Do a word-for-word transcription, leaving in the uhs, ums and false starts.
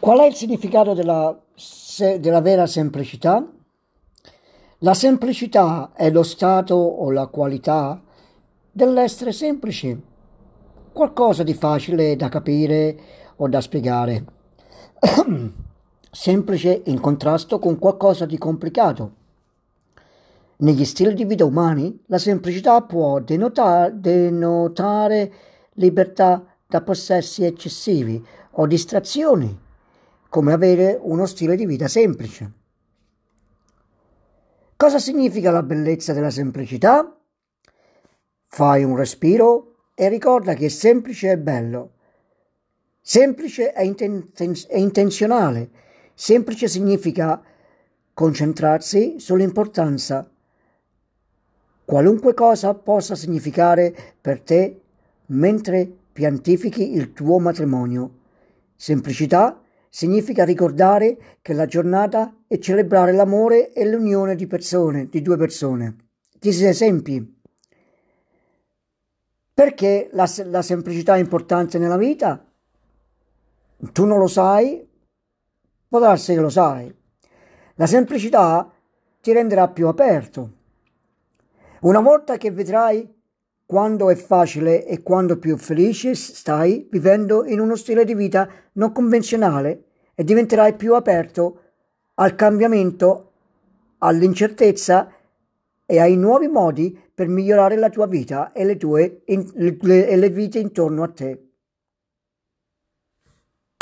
Qual è il significato della, se- della vera semplicità? La semplicità è lo stato o la qualità dell'essere semplici, qualcosa di facile da capire o da spiegare, semplice in contrasto con qualcosa di complicato. Negli stili di vita umani, la semplicità può denota- denotare libertà da possessi eccessivi o distrazioni, come avere uno stile di vita semplice. Cosa significa la bellezza della semplicità? Fai un respiro e ricorda che semplice è bello. Semplice è, inten- è intenzionale. Semplice significa concentrarsi sull'importanza. Qualunque cosa possa significare per te mentre pianifichi il tuo matrimonio. Semplicità significa ricordare che la giornata è celebrare l'amore e l'unione di persone, di due persone. Ti esempi. Perché la, la semplicità è importante nella vita? Tu non lo sai, può darsi che lo sai. La semplicità ti renderà più aperto. Una volta che vedrai quando è facile e quando più felice stai vivendo in uno stile di vita non convenzionale e diventerai più aperto al cambiamento, all'incertezza e ai nuovi modi per migliorare la tua vita e le tue e le vite intorno a te.